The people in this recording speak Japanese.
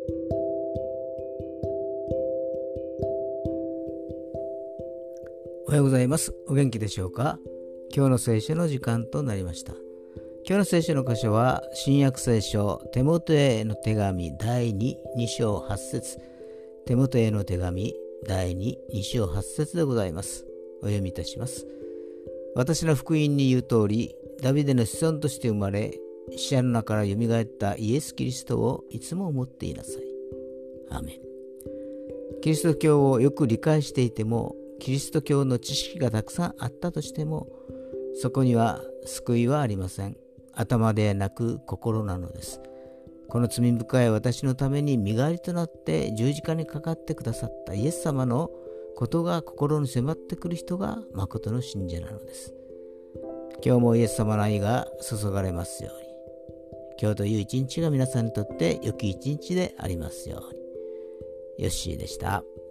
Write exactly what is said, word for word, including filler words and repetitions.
おはようございます。お元気でしょうか？今日の聖書の時間となりました。今日の聖書の箇所は新約聖書テモテへの手紙だいに、に章はち節、テモテへの手紙だいに、に章はち節でございます。お読みいたします。私の福音に言う通り、ダビデの子孫として生まれ、死者の中からよみがえったイエス・キリストをいつも思っていなさい。アーメン。キリスト教をよく理解していても、キリスト教の知識がたくさんあったとしても、そこには救いはありません。頭ではなく心なのです。この罪深い私のために身代わりとなって十字架にかかってくださったイエス様のことが心に迫ってくる人が誠の信者なのです。今日もイエス様の愛が注がれますように。今日という一日が皆さんにとって良き一日でありますように。ヨッシーでした。